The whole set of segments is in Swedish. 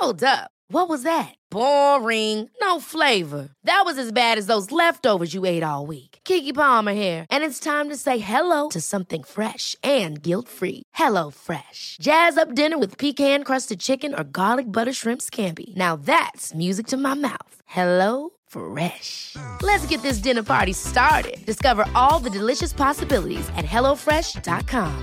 Hold up. What was that? Boring. No flavor. That was as bad as those leftovers you ate all week. Keke Palmer here, and it's time to say hello to something fresh and guilt-free. Hello Fresh. Jazz up dinner with pecan-crusted chicken or garlic butter shrimp scampi. Now that's music to my mouth. Hello Fresh. Let's get this dinner party started. Discover all the delicious possibilities at hellofresh.com.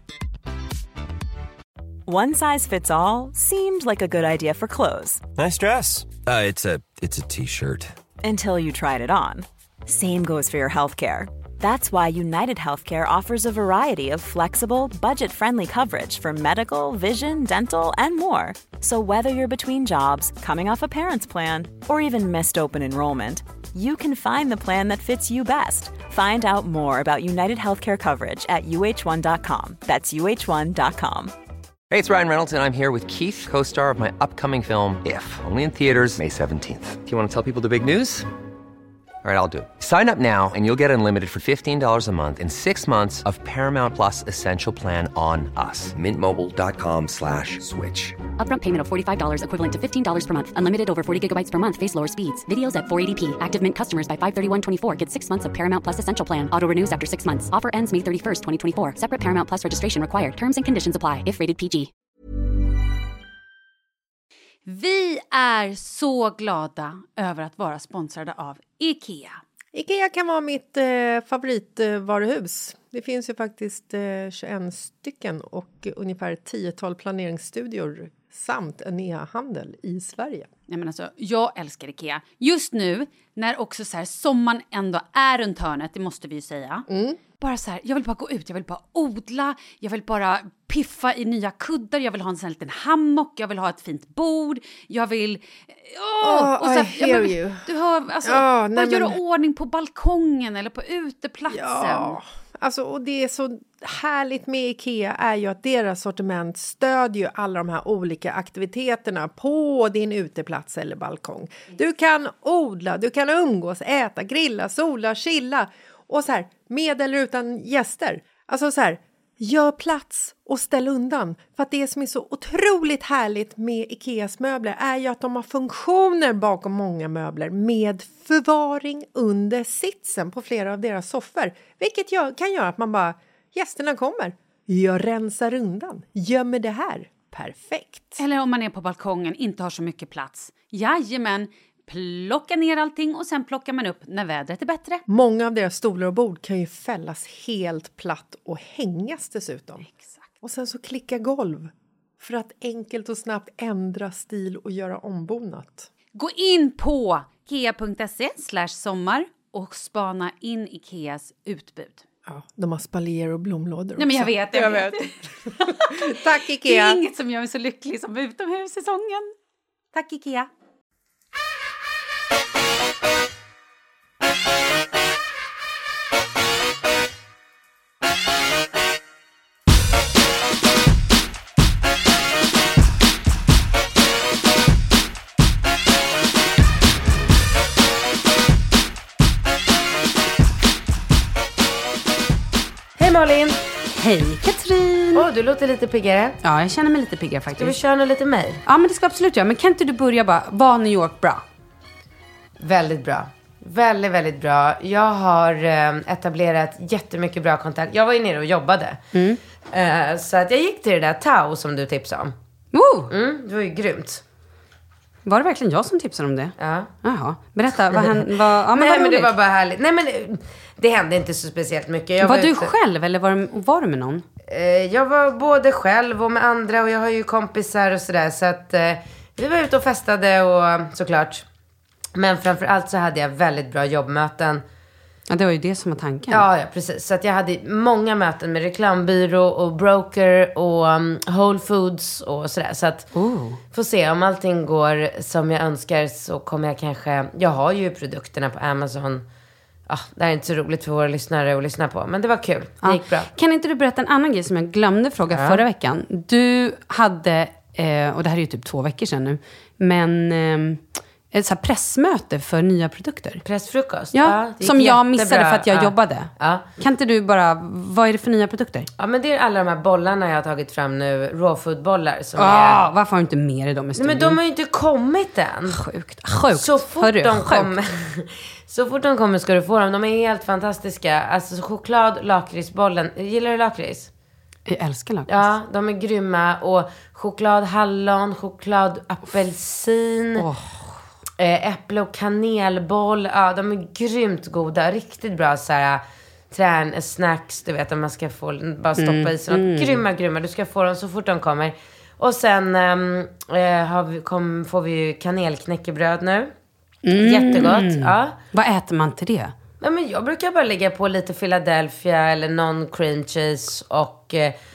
One size fits all seemed like a good idea for clothes. Nice dress. It's a t-shirt. Until you tried it on. Same goes for your healthcare. That's why United Healthcare offers a variety of flexible, budget-friendly coverage for medical, vision, dental, and more. So whether you're between jobs, coming off a parent's plan, or even missed open enrollment, you can find the plan that fits you best. Find out more about United Healthcare coverage at uh1.com. That's uh1.com. Hey, it's Ryan Reynolds, and I'm here with Keith, co-star of my upcoming film, If, only in theaters May 17th. Do you want to tell people the big news? All right, I'll do it. Sign up now and you'll get unlimited for $15 a month and 6 months of Paramount Plus Essential Plan on us. MintMobile.com/switch. Upfront payment of $45 equivalent to $15 per month. Unlimited over 40 gigabytes per month. Face lower speeds. Videos at 480p. Active Mint customers by 531.24 get 6 months of Paramount Plus Essential Plan. Auto renews after 6 months. Offer ends May 31st, 2024. Separate Paramount Plus registration required. Terms and conditions apply if rated PG. Vi är så glada över att vara sponsrade av IKEA. IKEA kan vara mitt favoritvaruhus. Det finns ju faktiskt 21 stycken och ungefär 10-tal planeringsstudior samt en e-handel i Sverige. Nej, men alltså, jag älskar IKEA. Just nu, när också så här, sommaren ändå är runt hörnet, det måste vi ju säga. Bara så här, jag vill bara gå ut, jag vill bara odla, jag vill bara piffa i nya kuddar, jag vill ha en sån här liten hammock, jag vill ha ett fint bord, jag vill... och så här, you. Du hör, alltså, bara göra ordning på balkongen eller på uteplatsen. Ja, alltså, och det är så härligt med IKEA är ju att deras sortiment stödjer ju alla de här olika aktiviteterna på din uteplats eller balkong. Du kan odla, du kan umgås, äta, grilla, sola, chilla och så här, med eller utan gäster. Alltså så här, gör plats och ställ undan. För att det som är så otroligt härligt med IKEAs möbler är ju att de har funktioner bakom många möbler med förvaring under sitsen på flera av deras soffor. Vilket kan göra att man bara, gästerna kommer, jag rensar undan, gömmer det här. Perfekt. Eller om man är på balkongen, inte har så mycket plats. Jajamän. Plocka ner allting och sen plockar man upp när vädret är bättre. Många av deras stolar och bord kan ju fällas helt platt och hängas dessutom. Exakt. Och sen så klicka golv för att enkelt och snabbt ändra stil och göra ombonat. Gå in på ikea.se/sommar och spana in Ikeas utbud. Ja, de har spaljer och blomlådor också. Nej, men jag vet. Tack Ikea. Det är inget som gör mig så lycklig som utomhussäsongen. Tack Ikea. Hej Malin! Hej Katrin! Du låter lite piggare. Ja, jag känner mig lite piggare faktiskt. Ska vi köra lite mejl? Ja, men det ska absolut göra. Men kan inte du börja bara, var New York bra? Väldigt bra. Väldigt, väldigt bra. Jag har etablerat jättemycket bra kontakt. Jag var ju nere och jobbade. Så att jag gick till det där Tao som du tipsade om. Det var ju grymt. Var det verkligen jag som tipsade om det? Ja. Jaha. Berätta, vad hände? Nej, men det var bara härligt. Nej, men det hände inte så speciellt mycket. Var du själv eller var du med någon? Jag var både själv och med andra. Och jag har ju kompisar och sådär. Så att vi var ute och festade och såklart. Men framförallt så hade jag väldigt bra jobbmöten. Ja, det var ju det som var tanken. Ja, precis. Så att jag hade många möten med reklambyrå och broker och Whole Foods och sådär. Så att får se om allting går som jag önskar så kommer jag kanske... Jag har ju produkterna på Amazon. Det här är inte så roligt för våra lyssnare att lyssna på. Men det var kul. Det gick bra. Kan inte du berätta en annan grej som jag glömde fråga förra veckan? Du hade, och det här är ju typ 2 veckor sedan nu. Men ett så här pressmöte för nya produkter. Pressfrukost. Ja, det som gick jag jättebra. missade för att jag jobbade. Ja. Kan inte du bara, vad är det för nya produkter? Ja, men det är alla de här bollarna jag har tagit fram nu. Raw food-bollar som är... Varför har du inte med dig dem i Nej, studion? men de har ju inte kommit än. Sjukt. Så fort de kommer ska du få dem. De är helt fantastiska. Alltså choklad, lakritsbollen. Gillar du lakrits? Jag älskar lakrits. Ja, de är grymma. Och choklad hallon, choklad apelsin. Äpple och kanelboll. Ja, de är grymt goda. Riktigt bra så här snacks, du vet, om man ska få bara stoppa i sig något. Grymma. Du ska få dem så fort de kommer. Och sen får vi ju kanelknäckebröd nu. Jättegott. Ja. Vad äter man till det? Ja, men jag brukar bara lägga på lite Philadelphia eller någon cream cheese och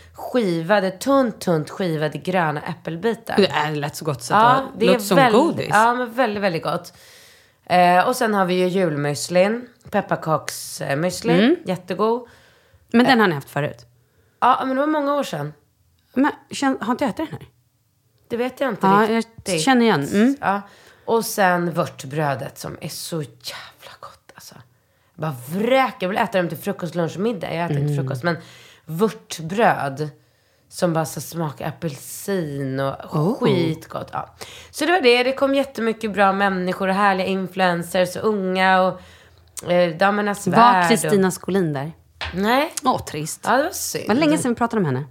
tunt skivade gröna äppelbitar. Det lät så gott så att det låter som godis. Ja, men väldigt, väldigt gott. Och sen har vi ju julmüslin, pepparkaksmüslin, jättegod. Men den har ni haft förut? Ja, men det var många år sedan. Men har inte ätit den här? Det vet jag inte riktigt. Jag känner igen. Ja. Och sen vörtbrödet som är så jävla gott alltså. Bara jag vill äta dem till frukost, lunch och middag. Jag äter inte frukost, men vörtbröd som bara så smakar apelsin och skitgott. Ja. Så det var det. Det kom jättemycket bra människor och härliga influencers och unga och damernas värld. Var Kristina Skolin där? Nej. Trist. Ja, det var synd. Var länge sedan vi pratade om henne.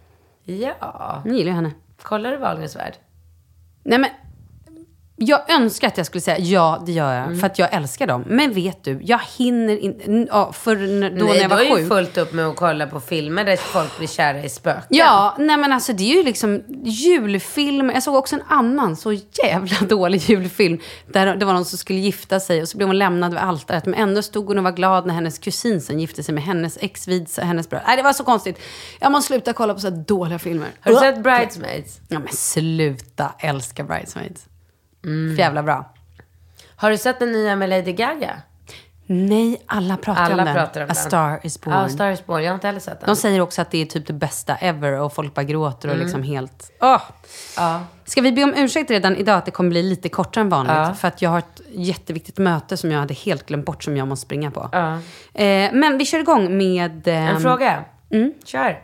Ja. Jag gillar henne. Kollar du Wahlgrens värld? Nej, men jag önskar att jag skulle säga ja, det gör jag. För att jag älskar dem. Men vet du, jag hinner inte. När jag var sjuk. Du är ju fullt upp med att kolla på filmer där folk blir kära i spöken. Ja, nej men alltså det är ju liksom julfilm. Jag såg också en annan så jävla dålig julfilm. Där det var någon som skulle gifta sig och så blev hon lämnad vid altaret. Men ändå stod hon och var glad när hennes kusin som gifte sig med hennes ex vid hennes bröd. Nej, det var så konstigt. Jag måste sluta kolla på så här dåliga filmer. Har du sett Bridesmaids? Ja, men sluta. Älskar Bridesmaids. För jävla bra. Har du sett den nya med Lady Gaga? Nej, alla pratar om den. A Star is Born. Ja, A Star is Born. Jag har inte heller sett den. De säger också att det är typ det bästa ever och folk bara gråter och liksom helt... Ja. Ska vi be om ursäkt redan idag att det kommer bli lite kortare än vanligt? Ja. För att jag har ett jätteviktigt möte som jag hade helt glömt bort som jag måste springa på. Ja. Men vi kör igång med... En fråga. Kör.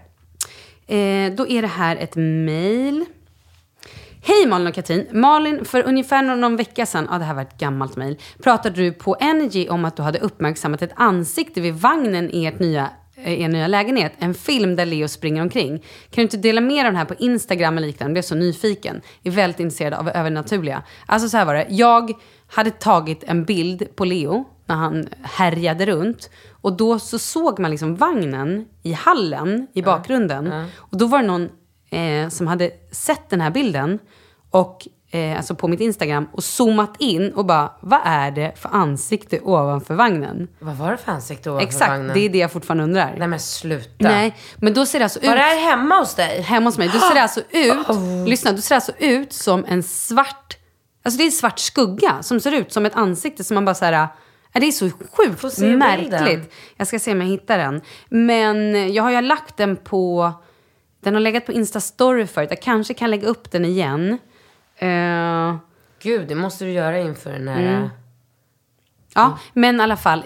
Då är det här ett mejl. Hej Malin och Katrin. Malin, för ungefär någon vecka sedan, det här var ett gammalt mejl, pratade du på Energy om att du hade uppmärksammat ett ansikte vid vagnen i er nya lägenhet. En film där Leo springer omkring. Kan du inte dela med den här på Instagram eller liknande? Jag blev så nyfiken. Jag är väldigt intresserad av övernaturliga. Alltså så här var det. Jag hade tagit en bild på Leo när han härjade runt. Och då så såg man liksom vagnen i hallen i bakgrunden. Och då var det någon som hade sett den här bilden och alltså på mitt Instagram och zoomat in och bara, vad är det för ansikte ovanför vagnen? Vad var det för ansikte ovanför vagnen? Exakt, det är det jag fortfarande undrar. Nej men sluta. Nej, men då ser det alltså ut... Var det här hemma hos dig? Hemma hos mig. Då ser det alltså ut, lyssna, då ser det alltså ut som en svart, alltså det är en svart skugga som ser ut som ett ansikte som man bara så här... Det är så sjukt märkligt. Jag ska se om jag hittar den. Men jag har ju lagt den på... Den har legat på Insta-story förut. Jag kanske kan lägga upp den igen. Gud, det måste du göra inför den här... Ja, men i alla fall.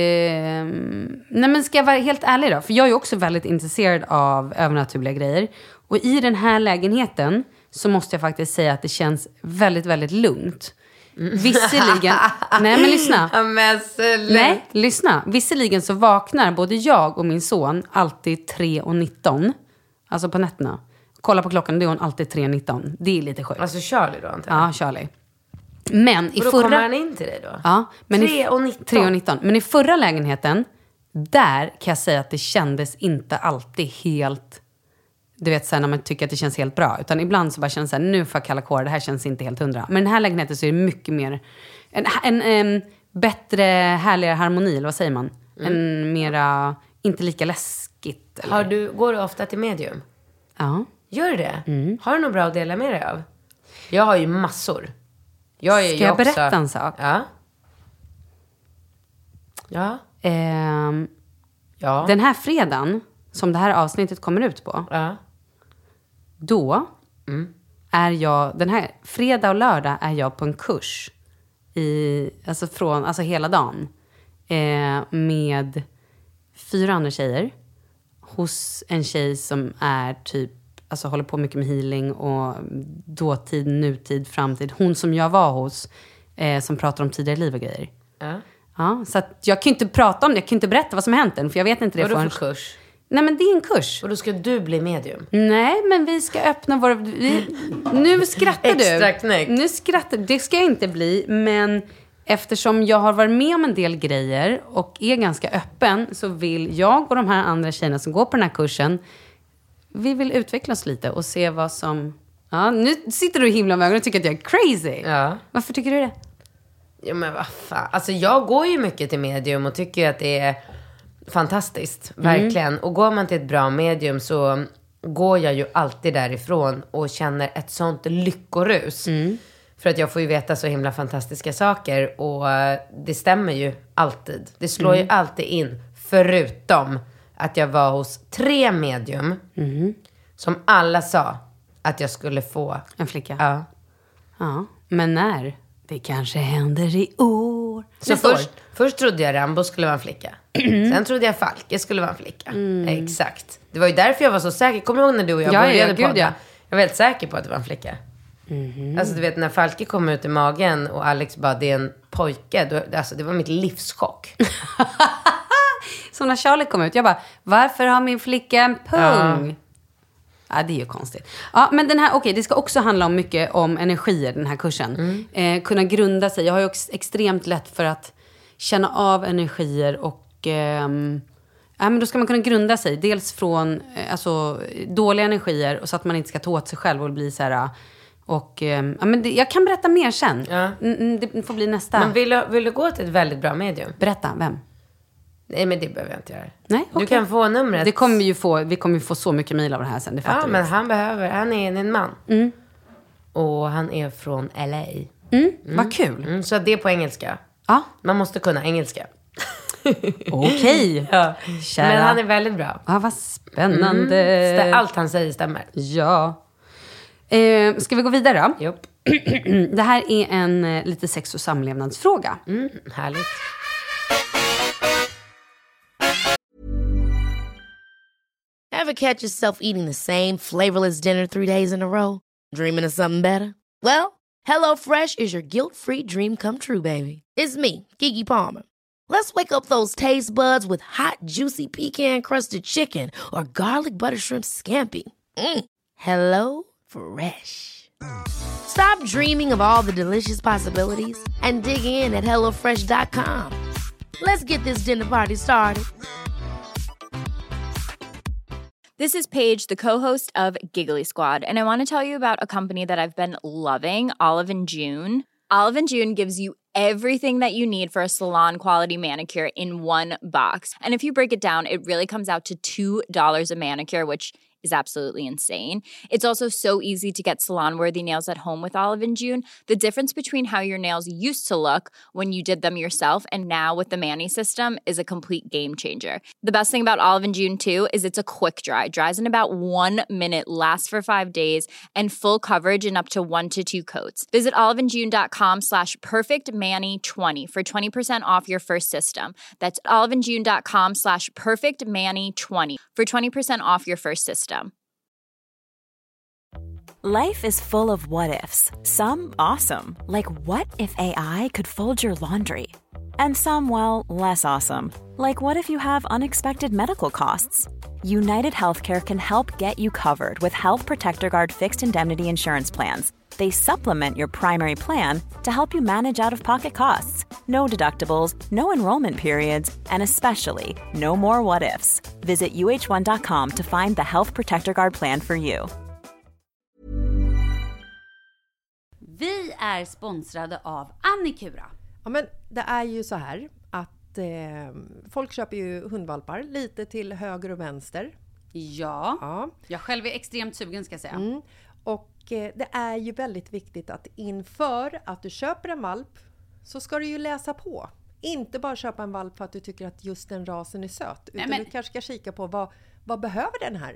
Nej, men ska jag vara helt ärlig då? För jag är ju också väldigt intresserad av övernaturliga grejer. Och i den här lägenheten så måste jag faktiskt säga att det känns väldigt, väldigt lugnt. Visserligen... Nej, men lyssna. Nej, lyssna. Visserligen så vaknar både jag och min son alltid 3:19. Alltså på nätterna. Kolla på klockan, då är hon alltid 3:19. Det är lite sjukt. Alltså Charlie då, antar jag. Ja, Charlie. Men i då förra... kommer han in till dig då? Ja. 3:19. Men i förra lägenheten, där kan jag säga att det kändes inte alltid helt... Du vet, så här, när man tycker att det känns helt bra. Utan ibland så bara känns det så här, nu får jag kalla kår, det här känns inte helt 100. Men den här lägenheten så är det mycket mer... En bättre, härligare harmoni, eller vad säger man? En mera, inte lika läskigt. Eller? Går du ofta till medium? Ja. Gör du det? Har du något bra att dela med dig av? Jag har ju massor. Ska jag berätta en sak? Ja. Ja. Ja. Den här fredagen, som det här avsnittet kommer ut på. Ja. Då är jag, den här fredag och lördag är jag på en kurs alltså hela dagen. Med 4 andra tjejer. Hos en tjej som är typ, alltså håller på mycket med healing och dåtid, nutid, framtid. Hon som jag var hos, som pratar om tidigare liv och grejer. Ja, så att jag kan inte prata om det, jag kan inte berätta vad som har hänt än, för jag vet inte det. Vad är det för kurs? Nej, men det är en kurs. Och då ska du bli medium? Nej, men vi ska öppna våra... Nu skrattar du. Extra knäck. Nu skrattar du. Det ska jag inte bli, men eftersom jag har varit med om en del grejer och är ganska öppen, så vill jag och de här andra tjejerna som går på den här kursen, vi vill utvecklas lite och se vad som... Ja, nu sitter du i himla med ögonen och tycker att jag är crazy. Ja. Varför tycker du det? Ja, men vad fan. Alltså jag går ju mycket till medium och tycker att det är fantastiskt. Verkligen. Och går man till ett bra medium så går jag ju alltid därifrån och känner ett sånt lyckorus. För att jag får ju veta så himla fantastiska saker. Och det stämmer ju alltid. Det slår ju alltid in. Förutom att jag var hos 3 medium. Som alla sa att jag skulle få. En flicka? Ja. Ja, men när? Det kanske händer i år. Så först trodde jag Rambo skulle vara en flicka. Sen trodde jag Falke skulle vara en flicka. Exakt. Det var ju därför jag var så säker. Kommer du ihåg när du och jag började podda? Jag var helt säker på att det var en flicka. Alltså du vet, när Falke kom ut i magen och Alex bara, det är en pojke. Då, alltså det var mitt livschock. Så när Charlie kom ut, jag bara, varför har min flicka en pung? Ja, det är ju konstigt. Ja, men den här, okej, det ska också handla om mycket om energier, den här kursen. Kunna grunda sig. Jag har ju extremt lätt för att känna av energier och men då ska man kunna grunda sig. Dels från dåliga energier, och så att man inte ska ta åt sig själv och bli så här. Och men jag kan berätta mer sen. Ja. Det får bli nästa. Men vill du gå till ett väldigt bra medium? Berätta, vem? Nej, men det behöver jag inte göra. Nej, okay. Du kan få numret. Det kommer vi kommer ju få så mycket mejl av det här sen. Det fattar men han är en man. Och han är från LA. Vad kul. Så det är på engelska. Ja. Man måste kunna engelska. Okej. Ja. Men han är väldigt bra. Ja, vad spännande. Allt han säger stämmer. Ja. Ska vi gå vidare då? Jopp. Det här är en lite sex- och samlevnadsfråga. Härligt. Ever catch yourself eating the same flavorless dinner 3 days in a row? Dreaming of something better? Well, HelloFresh is your guilt-free dream come true, baby. It's me, Keke Palmer. Let's wake up those taste buds with hot, juicy pecan-crusted chicken or garlic butter shrimp scampi. Hello Fresh. Stop dreaming of all the delicious possibilities and dig in at HelloFresh.com. Let's get this dinner party started. This is Paige, the co-host of Giggly Squad, and I want to tell you about a company that I've been loving, Olive & June. Olive & June gives you everything that you need for a salon-quality manicure in one box. And if you break it down, it really comes out to $2 a manicure, which is absolutely insane. It's also so easy to get salon-worthy nails at home with Olive & June. The difference between how your nails used to look when you did them yourself and now with the Mani system is a complete game changer. The best thing about Olive & June, too, is it's a quick dry. Dries in about 1 minute, lasts for 5 days, and full coverage in up to 1 to 2 coats. Visit oliveandjune.com/perfectmani20 for 20% off your first system. That's oliveandjune.com/perfectmani20 for 20% off your first system. Life is full of what-ifs. Some awesome, like what if AI could fold your laundry? And some, well, less awesome, like what if you have unexpected medical costs? United Healthcare can help get you covered with Health Protector Guard fixed indemnity insurance plans. They supplement your primary plan to help you manage out-of-pocket costs. No deductibles, no enrollment periods, and especially no more what-ifs. Visit uh1.com to find the Health Protector Guard plan for you. Vi är sponsrade av Annikura. Ja, men det är ju så här att folk köper ju hundvalpar lite till höger och vänster. Ja. Jag själv är extremt sugen, ska jag säga. Och det är ju väldigt viktigt att inför att du köper en valp så ska du ju läsa på. Inte bara köpa en valp för att du tycker att just den rasen är söt. Utan du kanske ska kika på vad behöver den här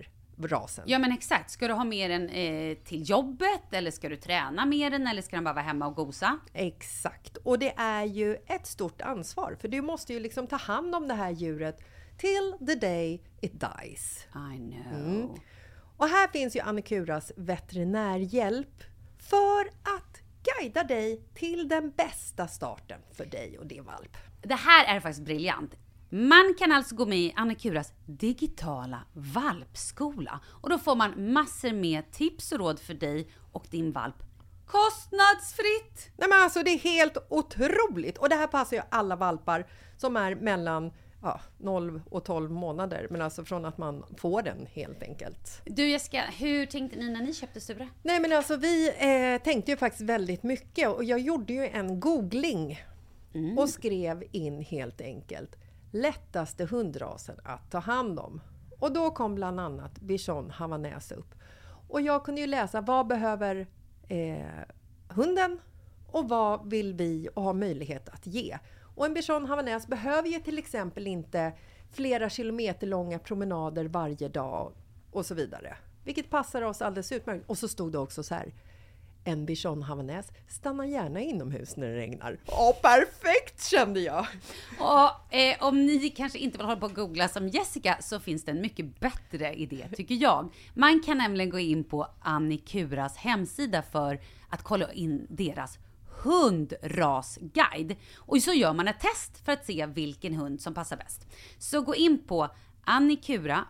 rasen. Ja men exakt, ska du ha med den till jobbet eller ska du träna med den eller ska den bara vara hemma och gosa? Exakt, och det är ju ett stort ansvar för du måste ju liksom ta hand om det här djuret till the day it dies. I know. Och här finns ju Annikuras veterinärhjälp för att guida dig till den bästa starten för dig och din valp. Det här är faktiskt briljant. Man kan alltså gå med i Annikuras digitala valpskola. Och då får man massor med tips och råd för dig och din valp. Kostnadsfritt! Nej men alltså det är helt otroligt. Och det här passar ju alla valpar som är mellan 0 och 12 månader. Men alltså från att man får den helt enkelt. Du Jessica, hur tänkte ni när ni köpte Sura? Nej men alltså vi tänkte ju faktiskt väldigt mycket. Och jag gjorde ju en googling. Och skrev in helt enkelt lättaste hundrasen att ta hand om. Och då kom bland annat Bichon Havanäs upp. Och jag kunde ju läsa vad behöver hunden och vad vill vi och ha möjlighet att ge. Och en Bichon Havanäs behöver ju till exempel inte flera kilometer långa promenader varje dag och så vidare. Vilket passar oss alldeles utmärkt. Och så stod det också så här. En Bichon Havanäs stannar gärna inomhus när det regnar. Perfekt kände jag! Och om ni kanske inte vill hålla på att googla som Jessica så finns det en mycket bättre idé tycker jag. Man kan nämligen gå in på Annikuras hemsida för att kolla in deras hundrasguide. Och så gör man ett test för att se vilken hund som passar bäst. Så gå in på Annikura,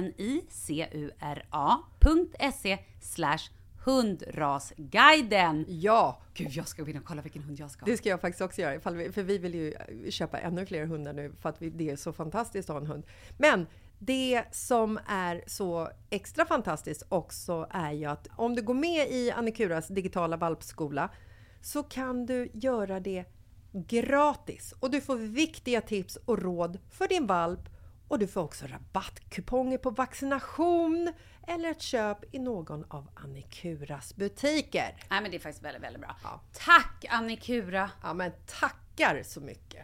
anicura.se/hundrasguiden. Ja! Gud, jag ska gå in och kolla vilken hund jag ska ha. Det ska jag faktiskt också göra. För vi vill ju köpa ännu fler hundar nu. För att det är så fantastiskt att ha en hund. Men det som är så extra fantastiskt också är ju att om du går med i Annikuras digitala valpskola så kan du göra det gratis. Och du får viktiga tips och råd för din valp. Och du får också rabattkuponger på vaccination eller ett köp i någon av Annikuras butiker. Nej men det är faktiskt väldigt, väldigt bra. Ja. Tack Annikura! Ja men tackar så mycket.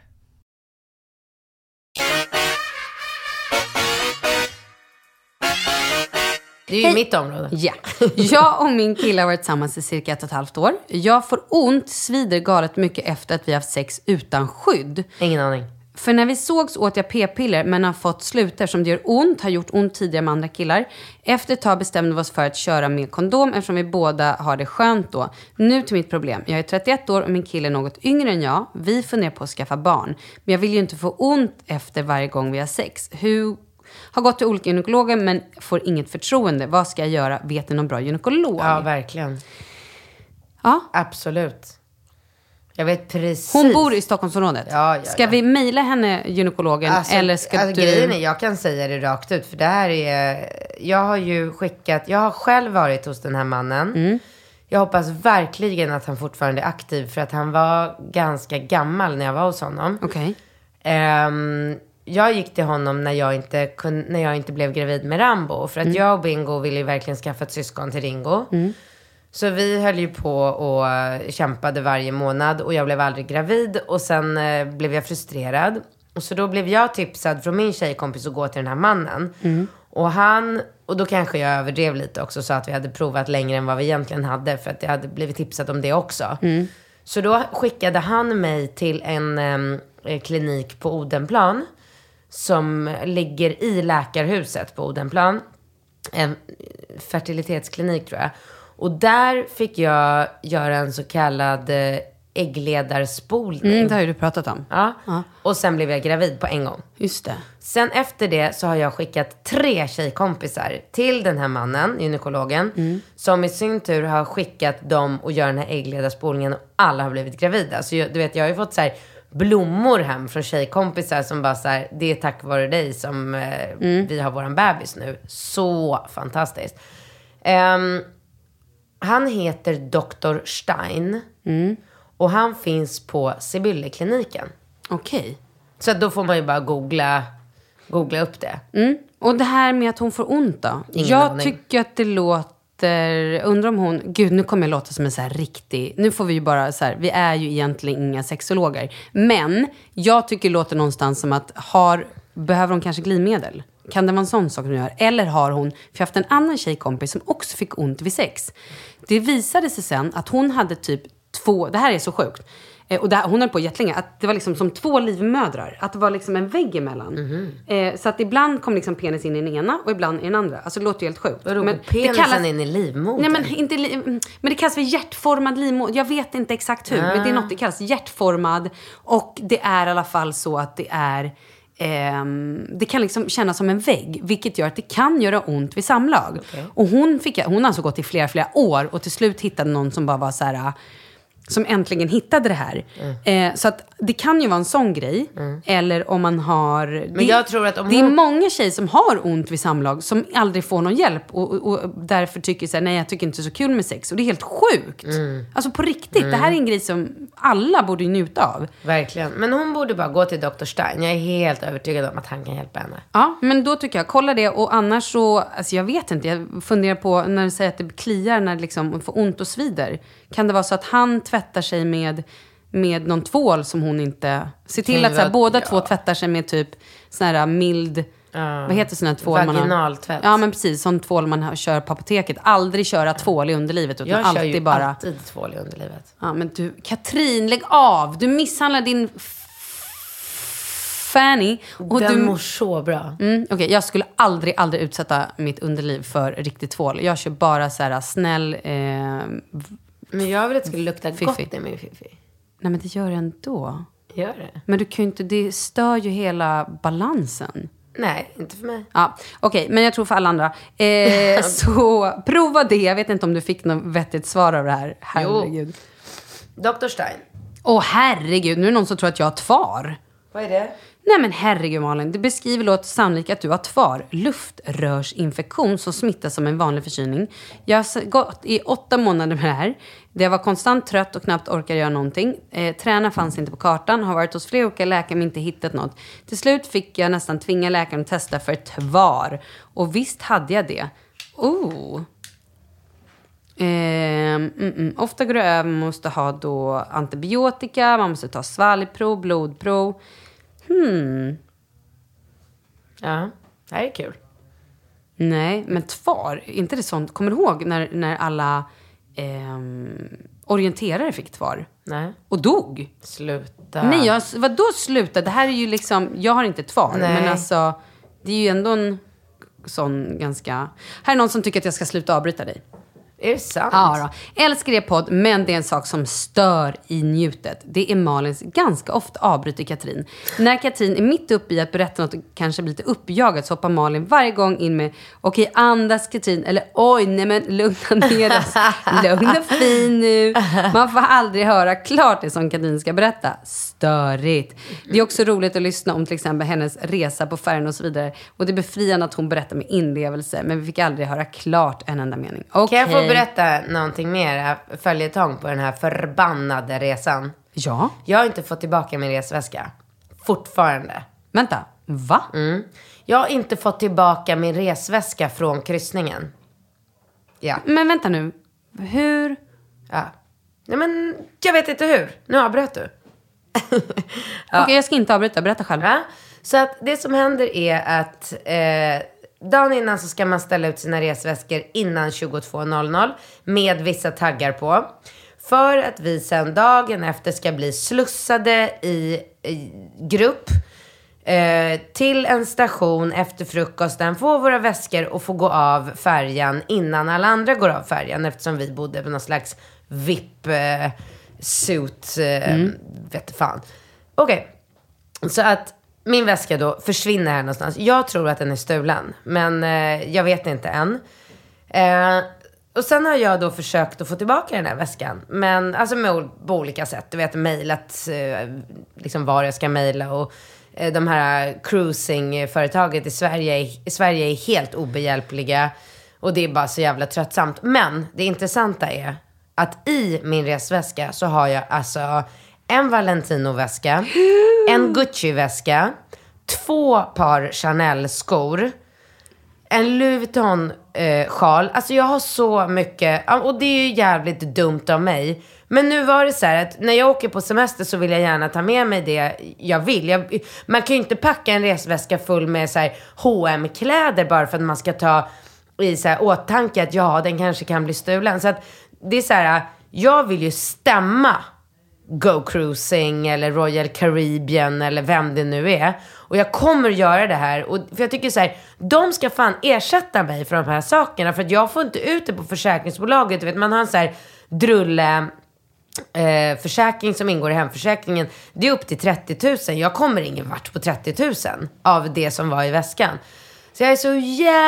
Det är ju mitt område. Ja. Jag och min kille har varit tillsammans i cirka 1,5 år. Jag får ont, svider galet mycket efter att vi har haft sex utan skydd. Ingen aning. För när vi sågs åt jag p-piller men har fått sluta eftersom det gör ont, har gjort ont tidigare med andra killar. Efter ett tag bestämde vi oss för att köra med kondom eftersom vi båda har det skönt då. Nu till mitt problem. Jag är 31 år och min kille är något yngre än jag. Vi funderar på att skaffa barn. Men jag vill ju inte få ont efter varje gång vi har sex. Har gått till olika gynekologer men får inget förtroende. Vad ska jag göra? Vet ni någon bra gynekolog? Ja, verkligen. Ja. Absolut. Jag vet precis. Hon bor i Stockholmsområdet. Ja. Ska vi mejla henne, gynekologen? Eller ska du... Grejen är, jag kan säga det rakt ut. För det här är... Jag har själv varit hos den här mannen. Jag hoppas verkligen att han fortfarande är aktiv. För att han var ganska gammal när jag var hos honom. Okej. Jag gick till honom när jag inte blev gravid med Rambo. För att jag och Bingo ville ju verkligen skaffa ett syskon till Ringo. Så vi höll ju på och kämpade varje månad. Och jag blev aldrig gravid. Och sen blev jag frustrerad. Och så då blev jag tipsad från min tjejkompis att gå till den här mannen. Och då kanske jag överdrev lite också. Så att vi hade provat längre än vad vi egentligen hade. För att jag hade blivit tipsad om det också. Så då skickade han mig till en klinik på Odenplan. Som ligger i läkarhuset på Odenplan. En fertilitetsklinik tror jag. Och där fick jag göra en så kallad äggledarspolning. Det har ju du pratat om. Ja. Och sen blev jag gravid på en gång. Just det. Sen efter det så har jag skickat 3 tjejkompisar till den här mannen, gynekologen. Som i sin tur har skickat dem och gör den här äggledarspolningen. Och alla har blivit gravida. Så jag har ju fått så här blommor hem från tjejkompisar som bara så här, det är tack vare dig som vi har våran bebis nu. Så fantastiskt. Han heter Dr. Stein. Och han finns på Sibyllekliniken. Okej. Så då får man ju bara googla upp det. Och det här med att hon får ont då? Jag tycker att det låter... Undrar om hon... Gud, nu kommer jag låta som en så här riktig... Nu får vi ju bara så här... Vi är ju egentligen inga sexologer. Men jag tycker det låter någonstans som att behöver hon kanske glidmedel? Kan det vara en sån sak hon gör? Eller har hon, för jag har haft en annan tjejkompis som också fick ont vid sex. Det visade sig sen att hon hade typ 2, det här är så sjukt. Och där, hon höll på jättelänge, att det var liksom som 2 livmödrar. Att det var liksom en vägg emellan. Så att ibland kom liksom penis in i den ena och ibland i den andra. Alltså det låter ju helt sjukt. Men penisen in i livmodern? Nej, men det kallas för hjärtformad livmoder. Jag vet inte exakt hur, men det är något det kallas. Hjärtformad. Och det är i alla fall så att det är... det kan liksom kännas som en vägg, vilket gör att det kan göra ont vid samlag. Och hon har alltså gått i flera år och till slut hittade någon som bara var så här... som äntligen hittade det här. Så att det kan ju vara en sån grej. Eller om man har... Men jag tror att det är många tjejer som har ont vid samlag som aldrig får någon hjälp. Och därför tycker så här, nej jag tycker inte det är så kul med sex. Och det är helt sjukt. Alltså på riktigt. Det här är en grej som alla borde njuta av. Verkligen. Men hon borde bara gå till Dr. Stein. Jag är helt övertygad om att han kan hjälpa henne. Ja, men då tycker jag, kolla det. Och annars så, alltså jag vet inte. Jag funderar på när du säger att det kliar när det liksom får ont och svider. Kan det vara så att han tvättar sig med någon tvål som hon inte... Se till att så här, båda två tvättar sig med typ sån här mild... vad heter sån här tvål? Vaginaltvätt. Ja, men precis. Sån tvål man kör på apoteket. Aldrig köra tvål i underlivet. Utan jag kör alltid ju bara... alltid tvål i underlivet. Ja, men du... Katrin, lägg av! Du misshandlar din... Fanny. Och den mår så bra. Okej, jag skulle aldrig utsätta mitt underliv för riktigt tvål. Jag kör bara så här snäll... Men jag vill att det skulle lukta gott i min fiffi. Nej, men det gör det ändå. Gör det? Men du kan ju inte, det stör ju hela balansen. Nej, inte för mig. Ja, okej, men jag tror för alla andra. Så prova det. Jag vet inte om du fick något vettigt svar av det här. Herregud. Dr. Stein. Herregud, nu är det någon som tror att jag har tvar. Vad är det? Nej men herregud Malin, det beskriver låt sannolikt att du har tvar. Luftrörsinfektion som smittar som en vanlig förkylning. Jag har gått i 8 månader med det här. Jag var konstant trött och knappt orkade göra någonting. Träna fanns inte på kartan. Har varit hos flera olika läkare men inte hittat något. Till slut fick jag nästan tvinga läkaren att testa för tvar. Och visst hade jag det. Ofta går det över. Man måste ha då antibiotika. Man måste ta svalgprov, blodprov. Ja, det här är kul. Nej, men tvar, inte det sånt. Kommer du ihåg när alla orienterare fick tvar? Nej. Och dog? Sluta. Nej, vadå sluta? Det här är ju liksom, jag har inte tvar. Nej. Men alltså, det är ju ändå en sån ganska... Här är någon som tycker att jag ska sluta avbryta dig. Är det sant? Ja då. Älskar er podd, men det är en sak som stör i njutet. Det är Malins ganska ofta avbryter Katrin. När Katrin är mitt uppe i att berätta något och kanske blir lite uppjagad så hoppar Malin varje gång in med okej, andas Katrin. Eller oj, nej men lugna ner oss. Lugn och fin nu. Man får aldrig höra klart det som Katrin ska berätta. Störigt. Det är också roligt att lyssna om till exempel hennes resa på färgen och så vidare. Och det är befriande att hon berättar med inlevelse. Men vi fick aldrig höra klart en enda mening. Okay. Kan jag få berätta någonting mer? Följetong på den här förbannade resan. Ja. Jag har inte fått tillbaka min resväska. Fortfarande. Vänta, va? Jag har inte fått tillbaka min resväska från kryssningen. Ja. Men vänta nu. Hur? Ja. Nej men, jag vet inte hur. Nu avbröt du. Ja. Okej, jag ska inte avbryta. Berätta själv. Ja. Så att det som händer är att... dagen innan så ska man ställa ut sina resväskor innan 22.00 med vissa taggar på. För att vi sen dagen efter ska bli slussade i grupp till en station efter frukosten. Få våra väskor och få gå av färjan innan alla andra går av färjan. Eftersom vi bodde på någon slags VIP-suit. Vet fan. Okej. Så att min väska då försvinner här någonstans. Jag tror att den är stulen. Men jag vet inte än. Och sen har jag då försökt att få tillbaka den här väskan. Men alltså på olika sätt. Du vet, mejlat liksom var jag ska mejla. Och de här cruising-företaget i Sverige är helt obehjälpliga. Och det är bara så jävla tröttsamt. Men det intressanta är att i min resväska så har jag alltså en Valentino-väska, en Gucci-väska, 2 par Chanel-skor, en Louis Vuitton sjal. Alltså jag har så mycket, och det är ju jävligt dumt av mig. Men nu var det så här att när jag åker på semester så vill jag gärna ta med mig det jag vill. Man kan ju inte packa en resväska full med så här H&M-kläder bara för att man ska ta i så här åtanke att den kanske kan bli stulen. Så att det är så här, jag vill ju stämma Go Cruising eller Royal Caribbean eller vem det nu är. Och jag kommer att göra det här. För jag tycker så här, de ska fan ersätta mig för de här sakerna. För att jag får inte ut det på försäkringsbolaget. Du vet, man har en så här drulle försäkring som ingår i hemförsäkringen. Det är upp till 30 000. Jag kommer ingen vart på 30 000 av det som var i väskan. Så jag är så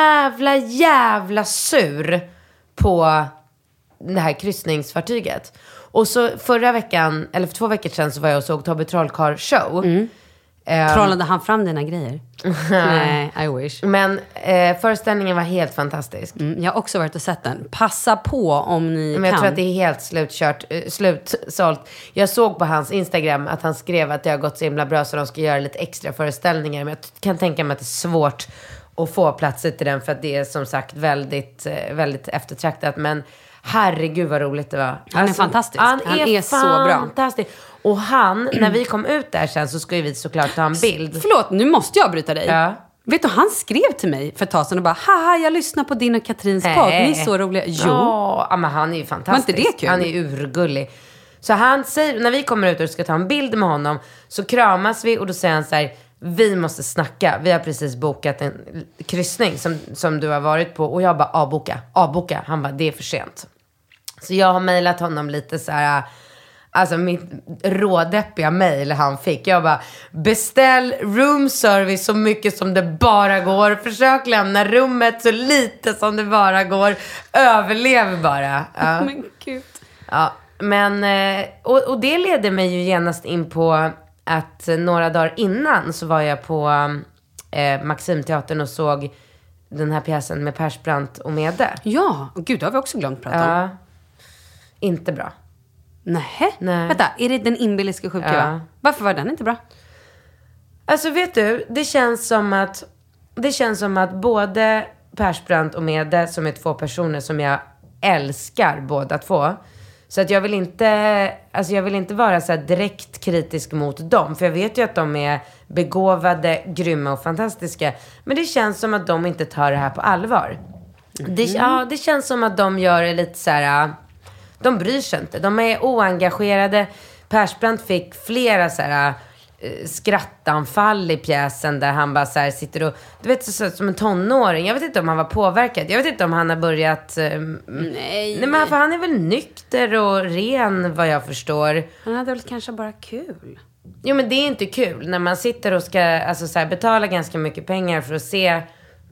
jävla sur på det här kryssningsfartyget. Och så förra veckan, eller för 2 veckor sedan, så var jag och såg Tobbe Trollkarl show. Trollade han fram dina grejer? Nej, I wish. Men föreställningen var helt fantastisk. Jag har också varit och sett den. Passa på om ni kan. Men jag tror att det är helt slutsålt. Jag såg på hans Instagram att han skrev att det har gått så himla bra så de ska göra lite extra föreställningar. Men jag kan tänka mig att det är svårt att få platser till den för att det är som sagt väldigt, väldigt eftertraktat. Men herregud vad roligt det var. Han är fantastisk. Han är så bra. Fantastisk. Och när vi kom ut där sen så ska ju vi såklart ta en bild. Förlåt, nu måste jag bryta dig. Ja. Vet du, han skrev till mig för ett tag sedan och bara, haha, jag lyssnar på din och Katrins podd. Ni är så roliga. Jo. Ja, men han är ju fantastisk. Var inte det kul? Han är urgullig. Så han säger, när vi kommer ut och ska ta en bild med honom, så kramas vi och då säger han så här: vi måste snacka. Vi har precis bokat en kryssning som du har varit på. Och jag bara, avboka. Han bara, det är för sent. Så jag har mejlat honom lite så här, alltså mitt rådeppiga mejl han fick. Jag bara, beställ room service så mycket som det bara går. Försök lämna rummet så lite som det bara går. Överlev bara. Ja. Men gud. Ja, men och det leder mig ju genast in på att några dagar innan så var jag på Maximteatern och såg den här pjäsen med Persbrandt och Mede. Ja, och gud, det har vi också glömt prata om. Ja, inte bra. Nej. Nej. Vänta, är det den inbilliska sjuka? Ja. Varför var den inte bra? Alltså vet du, det känns som att både Persbrandt och Mede, som är 2 personer som jag älskar båda 2. Så att jag vill inte vara så här direkt kritisk mot dem. För jag vet ju att de är begåvade, grymma och fantastiska. Men det känns som att de inte tar det här på allvar. Det känns som att de gör det lite så här. De bryr sig inte. De är oengagerade. Persbrandt fick flera så här skrattanfall i pjäsen där han bara så här sitter och, du vet, så som en tonåring. Jag vet inte om han var påverkad. Jag vet inte om han har börjat nej, men för han är väl nykter och ren vad jag förstår. Han hade väl kanske bara kul. Jo, men det är inte kul när man sitter och ska alltså så här, betala ganska mycket pengar för att se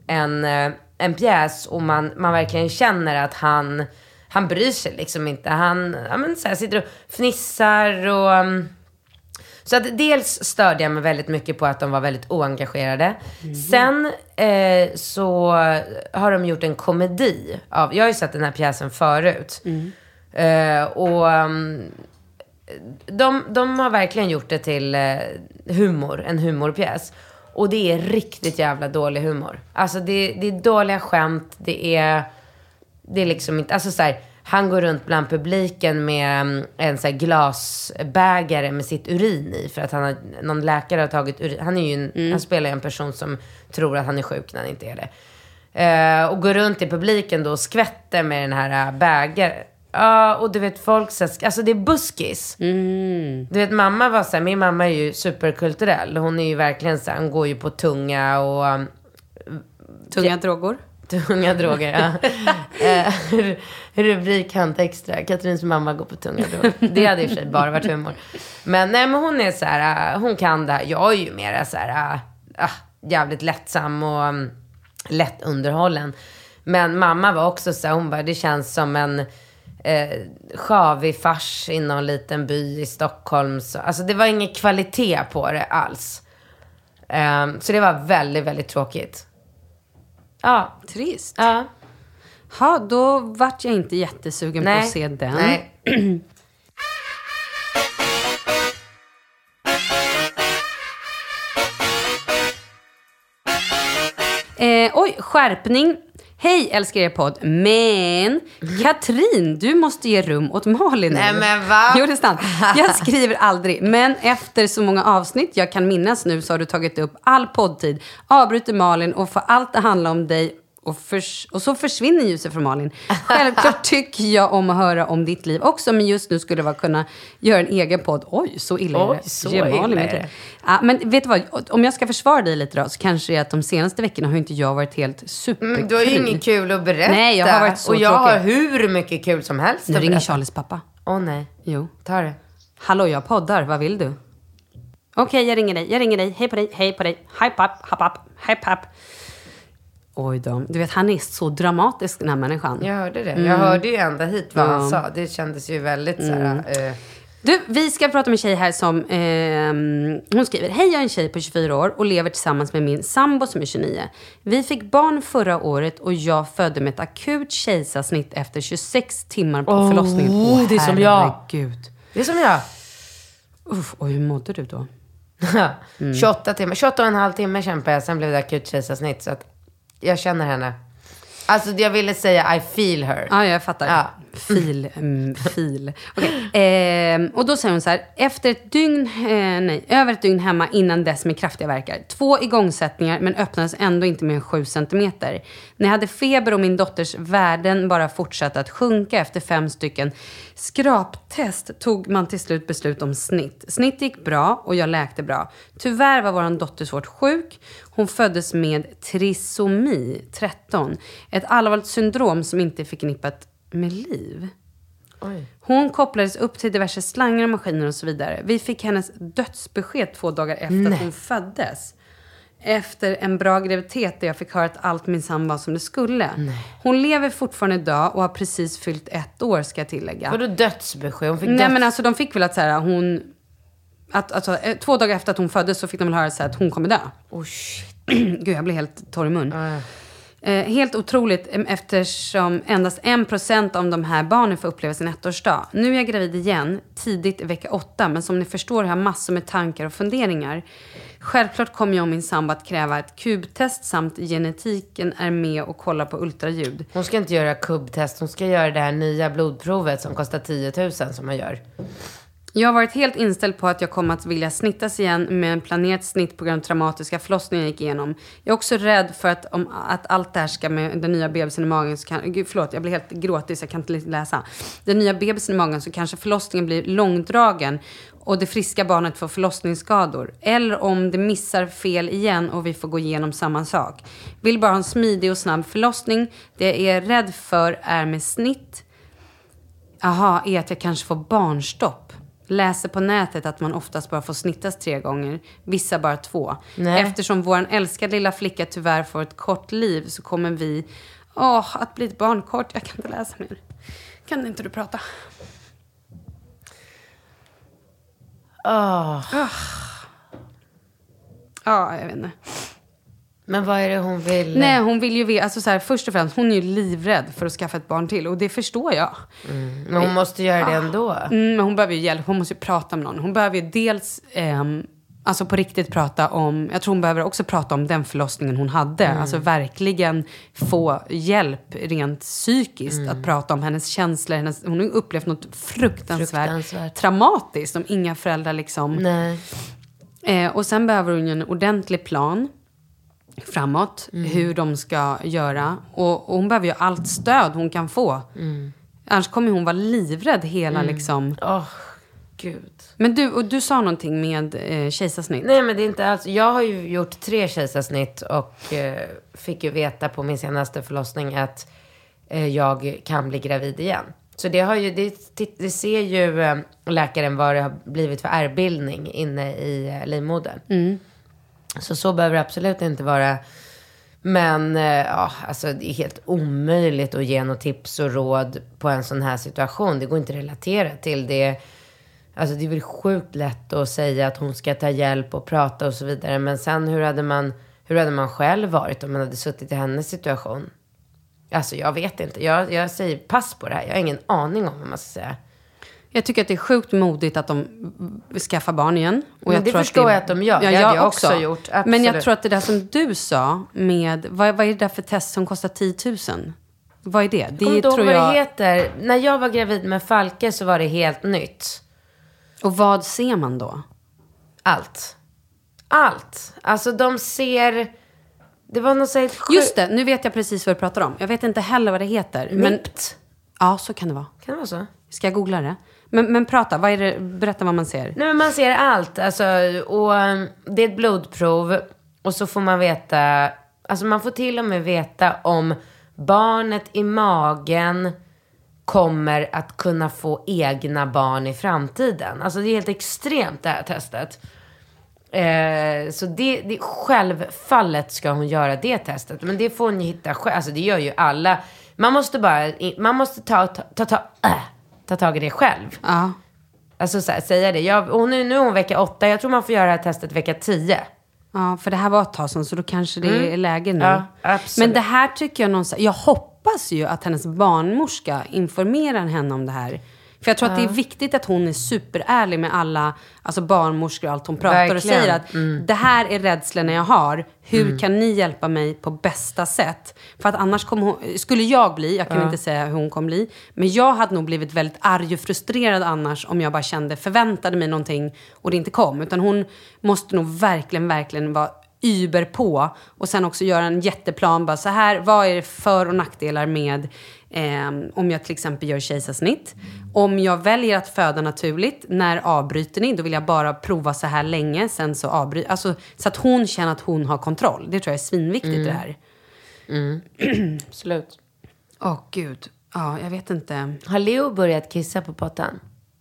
en pjäs och man verkligen känner att han bryr sig liksom inte. Han så här, sitter och fnissar och så att dels störde jag mig väldigt mycket på att de var väldigt oengagerade. Sen så har de gjort en komedi av, jag har ju sett den här pjäsen förut. Och de har verkligen gjort det till humor, en humorpjäs. Och det är riktigt jävla dålig humor. Alltså det är dåliga skämt, det är liksom inte, alltså så här, han går runt bland publiken med en så här glasbägare med sitt urin i. För att någon läkare har tagit urin. Han är ju han spelar ju en person som tror att han är sjuk när han inte är det. Och går runt i publiken då och skvätter med den här bägaren. Ja, och du vet folk så här, alltså det är buskis. Du vet, mamma var så här, min mamma är ju superkulturell. Hon är ju verkligen så här, hon går ju på tunga och tunga droger. Tunga droger, ja. Rubrik Hant Extra. Katrins mamma går på tunga droger. Det hade i och för sig bara varit humor. Men nej, men hon är så här, hon kan det här. Jag är ju mer så här jävligt lättsam och lätt underhållen. Men mamma var också så här, hon bara, det känns som en sjavig fars i någon liten by i Stockholm. Så, alltså det var ingen kvalitet på det alls. Så det var väldigt, väldigt tråkigt. Ja. Trist. Ja. Ha, då vart jag inte jättesugen på att se den. Nej. Oj, skärpning. Hej, älskar er podd. Men Katrin, du måste ge rum åt Malin. Nej, men va? Jo, det är sant. Jag skriver aldrig. Men efter så många avsnitt jag kan minnas nu så har du tagit upp all poddtid. Avbryter Malin och får allt att handla om dig. Och så försvinner ljuset från Malin. Självklart tycker jag om att höra om ditt liv också. Men just nu skulle jag kunna göra en egen podd. Oj, så illa är det. Så illa är det. Ja, men vet du vad? Om jag ska försvara dig lite då. Så kanske det är att de senaste veckorna har inte jag varit helt superkul. Du har ju inget kul att berätta. Nej, jag har varit så och jag tråkig. har hur mycket kul som helst. Nu ringer Charlies pappa. Nej. Jo. Ta det. Hallå, jag poddar. Vad vill du? Okej, jag ringer dig. Hej på dig. Hej papp. Hej papp. Oj då. Du vet, han är så dramatisk, den här människan. Jag hörde det. Jag hörde ju ända hit vad han sa. Det kändes ju väldigt så här... Du, vi ska prata med en tjej här som... hon skriver: Hej, jag är en tjej på 24 år och lever tillsammans med min sambo som är 29. Vi fick barn förra året och jag födde med ett akut kejsarsnitt efter 26 timmar på förlossningen. Det är som jag. Gud. Det är som jag. Och hur mådde du då? 28 timmar. 28,5 timmar kämpade jag. Sen blev det akut kejsarsnitt. Så att jag känner henne. Alltså jag ville säga I feel her. Ja, jag fattar. Ja. Fil. Okay. Och då säger hon så här: över ett dygn hemma innan dess med kraftiga verkar. 2 igångsättningar men öppnades ändå inte mer än 7 centimeter. När jag hade feber och min dotters värden bara fortsatte att sjunka efter 5 stycken skraptest tog man till slut beslut om snitt. Snitt gick bra och jag läkte bra. Tyvärr var vår dotter svårt sjuk. Hon föddes med trisomi 13. Ett allvarligt syndrom som inte är förknippat med liv. Oj. Hon kopplades upp till diverse slangar och maskiner och så vidare. Vi fick hennes dödsbesked 2 dagar efter att hon föddes. Efter en bra graviditet där jag fick höra att allt minsann var som det skulle. Hon lever fortfarande idag och har precis fyllt 1 år, ska jag tillägga. Vadå dödsbesked? Hon fick men alltså de fick väl att så här, hon... Alltså 2 dagar efter att hon föddes så fick de väl höra så här, att hon kommer dö. Oh shit. Gud, jag blir helt torr i mun. Helt otroligt eftersom endast 1% av de här barnen får uppleva sin 1-årsdag. Nu är jag gravid igen, tidigt i vecka 8. Men som ni förstår har jag massor med tankar och funderingar. Självklart kommer jag och min sambo att kräva ett kubtest samt genetiken är med och kollar på ultraljud. Hon ska inte göra kubtest, hon ska göra det här nya blodprovet som kostar 10 000 som man gör. Jag har varit helt inställd på att jag kommer att vilja snittas igen med en planerat snitt på grund av traumatiska förlossningar jag gick igenom. Jag är också rädd för att allt det här ska med den nya bebisen i magen så kan... Gud, förlåt, jag blir helt gråtig så jag kan inte läsa. Den nya bebisen i magen så kanske förlossningen blir långdragen och det friska barnet får förlossningsskador. Eller om det missar fel igen och vi får gå igenom samma sak. Vill bara ha en smidig och snabb förlossning. Det jag är rädd för är med snitt. Är att jag kanske får barnstopp. Läser på nätet att man oftast bara får snittas 3 gånger. Vissa bara 2. Nej. Eftersom vår älskade lilla flicka tyvärr får ett kort liv så kommer vi att bli ett barnkort. Jag kan inte läsa mer. Kan inte du prata? Jag vet inte. Men vad är det hon vill? Nej, hon vill ju veta, alltså så här, först och främst, hon är ju livrädd för att skaffa ett barn till. Och det förstår jag. Men hon måste göra det ändå. Men hon behöver ju hjälp, hon måste ju prata med någon. Hon behöver ju dels, alltså på riktigt prata om, jag tror hon behöver också prata om den förlossningen hon hade. Alltså verkligen få hjälp rent psykiskt. Att prata om hennes känslor. Hon har ju upplevt något fruktansvärt traumatiskt som inga föräldrar liksom. Nej. Och sen behöver hon ju en ordentlig plan framåt, hur de ska göra. Och hon behöver ju allt stöd hon kan få. Annars kommer hon vara livrädd hela liksom. Gud. Men du sa någonting med kejsarsnitt. Nej, men det är inte alls. Jag har ju gjort 3 kejsarsnitt och fick ju veta på min senaste förlossning att jag kan bli gravid igen. Så det har ju, det ser ju läkaren vad det har blivit för ärrbildning inne i livmodern. Så behöver det absolut inte vara. Men alltså det är helt omöjligt att ge något tips och råd på en sån här situation. Det går inte att relatera till det. Alltså det är väl sjukt lätt att säga att hon ska ta hjälp och prata och så vidare. Men sen hur hade man själv varit om man hade suttit i hennes situation? Alltså jag vet inte. Jag säger pass på det här. Jag har ingen aning om vad man ska säga. Jag tycker att det är sjukt modigt att de skaffar barn igen. Och men det förstår jag att de gör. Ja, det hade jag också gjort. Absolut. Men jag tror att det där som du sa med... Vad är det där för test som kostar 10 000? Vad är det? Det tror jag... vad det heter. När jag var gravid med Falke så var det helt nytt. Och vad ser man då? Allt. Alltså de ser... Det var något så just det, nu vet jag precis vad du pratar om. Jag vet inte heller vad det heter. NIPT. Ja, så kan det vara. Kan det vara så? Ska jag googla det? Men prata, vad är det? Berätta vad man ser. Nej, men man ser allt. Alltså, och det är ett blodprov. Och så får man veta... Alltså man får till och med veta om barnet i magen kommer att kunna få egna barn i framtiden. Alltså det är helt extremt det här testet. Så det självfallet ska hon göra det testet. Men det får hon ju hitta själv. Alltså det gör ju alla. Man måste ta tag i det själv. Ja. Alltså säga det. Nu är hon vecka 8. Jag tror man får göra det här testet vecka 10. Ja, för det här var ett tag sedan, så då kanske det är läge nu. Ja, absolut. Men det här tycker jag någonstans... Jag hoppas ju att hennes barnmorska informerar henne om det här. För jag tror att det är viktigt att hon är superärlig med alla barnmorskor och allt hon pratar. Verkligen. Och säger att det här är rädslorna jag har. Hur kan ni hjälpa mig på bästa sätt? För att annars skulle jag bli, jag kan inte säga hur hon kommer bli, men jag hade nog blivit väldigt arg och frustrerad annars om jag bara förväntade mig någonting och det inte kom. Utan hon måste nog verkligen vara yber på och sen också göra en jätteplan. Bara så här, vad är det för- och nackdelar med om jag till exempel gör kejsarsnitt? Om jag väljer att föda naturligt, när avbryter ni? Då vill jag bara prova så här länge, sen så avbryter. Alltså, så att hon känner att hon har kontroll. Det tror jag är svinviktigt det här. Absolut. Gud. Ja, jag vet inte. Har Leo börjat kissa på pottan?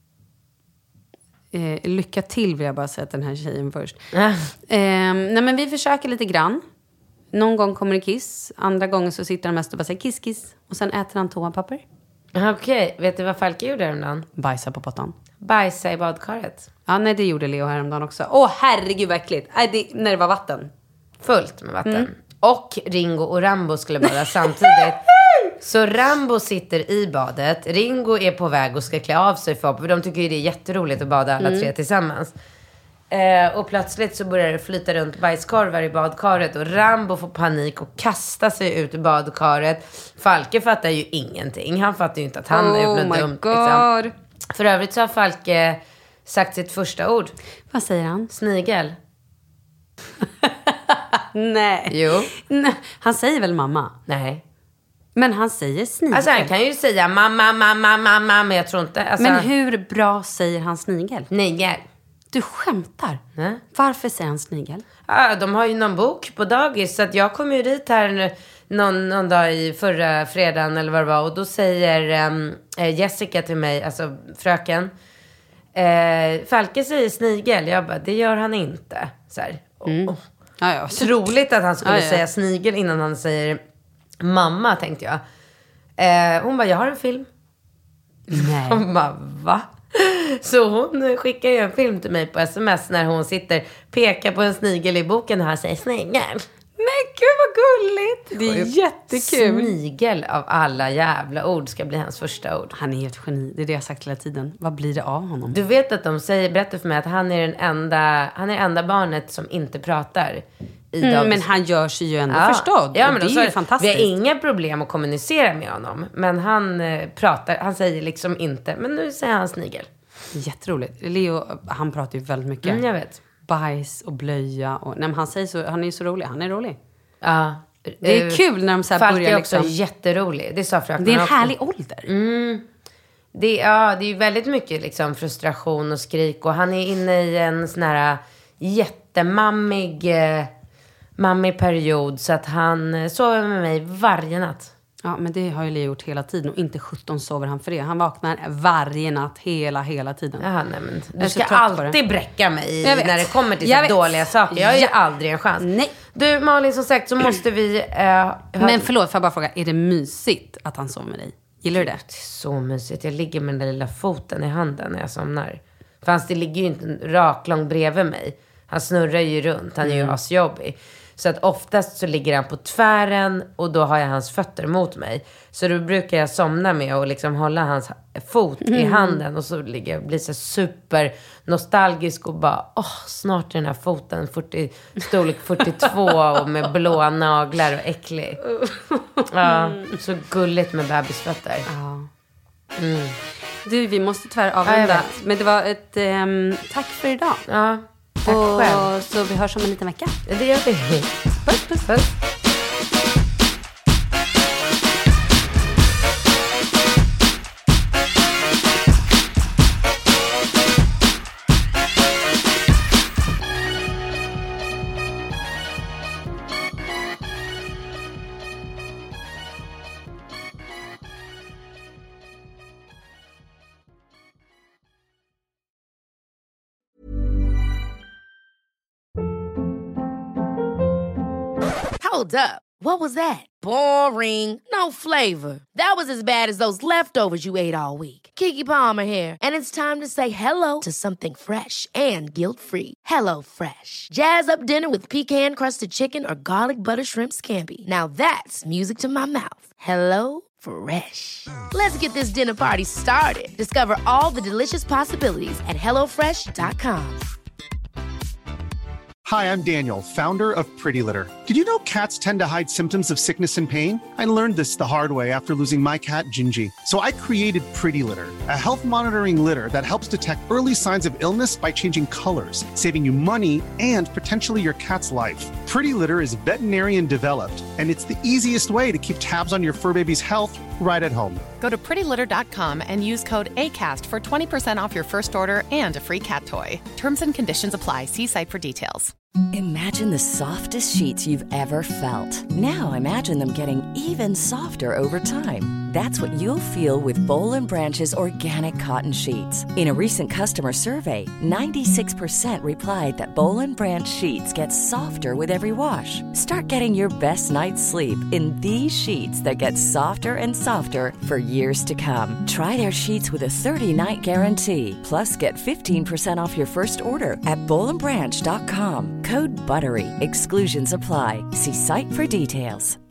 Lycka till vill jag bara säga till den här tjejen först. Nej, men vi försöker lite grann. Någon gång kommer det kiss. Andra gången så sitter han mest och bara säger kiss, kiss. Och sen äter han toapapper. Okej. Vet du vad Falke gjorde häromdagen? Bajsa på pottan. Bajsa i badkaret. Ja, nej, det gjorde Leo häromdagen också. Herregud, vad äckligt. När det var vatten. Fullt med vatten. Och Ringo och Rambo skulle bada samtidigt. Så Rambo sitter i badet. Ringo är på väg och ska klä av sig för de tycker ju det är jätteroligt att bada alla tre tillsammans. Och plötsligt så börjar det flyta runt bajskorvar i badkaret. Och Rambo får panik och kastar sig ut ur badkaret. Falke fattar ju ingenting. Han fattar ju inte att han har gjort något dumt. Liksom. För övrigt så har Falke sagt sitt första ord. Vad säger han? Snigel. Nej. Jo. Nej. Han säger väl mamma? Nej. Men han säger snigel. Alltså han kan ju säga mamma, men jag tror inte... Alltså... Men hur bra säger han snigel? Snigel. Du skämtar? Nej. Varför säger han snigel? Ja, de har ju någon bok på dagis. Så att jag kom ju dit här någon dag i förra fredagen eller vad det var. Och då säger Jessica till mig, alltså fröken. Falke säger snigel. Jag bara, det gör han inte. Så här. Ja. Troligt att han skulle säga snigel innan han säger mamma, tänkte jag. Hon bara, jag har en film. Nej. Hon bara, va? Så hon skickar ju en film till mig på sms när hon pekar på en snigel i boken och han säger snigel. Men gud vad gulligt. Det är jättekul. Snigel av alla jävla ord ska bli hans första ord. Han är helt geni. Det är det jag har sagt hela tiden. Vad blir det av honom? Du vet att de berättar för mig att han är det enda barnet som inte pratar. Men han gör sig ju ändå förstådd. Ja, men det är ju fantastiskt. Vi har inga problem att kommunicera med honom. Men han pratar, han säger liksom inte. Men nu säger han snigel. Jätteroligt. Leo, han pratar ju väldigt mycket. Jag vet. Bajs och blöja. Och, nej, men han säger så, han är ju så rolig. Han är rolig. Ja. Det är kul när de så här Falk börjar är också liksom... jätterolig. Det sa fröken. Det är en härlig ålder. Det är ju väldigt mycket liksom frustration och skrik. Och han är inne i en sån här jättemammig period. Så att han sover med mig varje natt. Ja, men det har ju Leo gjort hela tiden. Och inte 17 sover han för det. Han vaknar varje natt, hela tiden. Jaha, nej men du ska alltid bräcka mig när det kommer till så dåliga saker. Jag har ju aldrig en chans. Nej. Du Malin, som sagt så måste vi... Men förlåt, får jag bara fråga. Är det mysigt att han sover med dig? Gillar du det? Det är så mysigt. Jag ligger med den där lilla foten i handen när jag somnar. För det ligger ju inte raklång bredvid mig. Han snurrar ju runt. Han är ju asjobbig. Så att oftast så ligger han på tvären och då har jag hans fötter mot mig. Så då brukar jag somna med och liksom hålla hans fot i handen. Och så blir så super nostalgisk och bara, snart är den här foten storlek 42 och med blåa naglar och äcklig. Ja, så gulligt med bebisfötter. Du, vi måste tyvärr avrunda. Men det var ett tack för idag. Ja, tack själv. Så vi hörs om en liten vecka. Det gör vi. Puss, puss, puss. Hold up. What was that? Boring. No flavor. That was as bad as those leftovers you ate all week. Keke Palmer here, and it's time to say hello to something fresh and guilt-free. Hello Fresh. Jazz up dinner with pecan-crusted chicken or garlic butter shrimp scampi. Now that's music to my mouth. Hello Fresh. Let's get this dinner party started. Discover all the delicious possibilities at hellofresh.com. Hi, I'm Daniel, founder of Pretty Litter. Did you know cats tend to hide symptoms of sickness and pain? I learned this the hard way after losing my cat, Gingy. So I created Pretty Litter, a health monitoring litter that helps detect early signs of illness by changing colors, saving you money and potentially your cat's life. Pretty Litter is veterinarian developed, and it's the easiest way to keep tabs on your fur baby's health right at home. Go to prettylitter.com and use code ACAST for 20% off your first order and a free cat toy. Terms and conditions apply. See site for details. Imagine the softest sheets you've ever felt. Now imagine them getting even softer over time. That's what you'll feel with Boll & Branch's organic cotton sheets. In a recent customer survey, 96% replied that Boll & Branch sheets get softer with every wash. Start getting your best night's sleep in these sheets that get softer and softer for years to come. Try their sheets with a 30-night guarantee. Plus, get 15% off your first order at bollandbranch.com. Code BUTTERY. Exclusions apply. See site for details.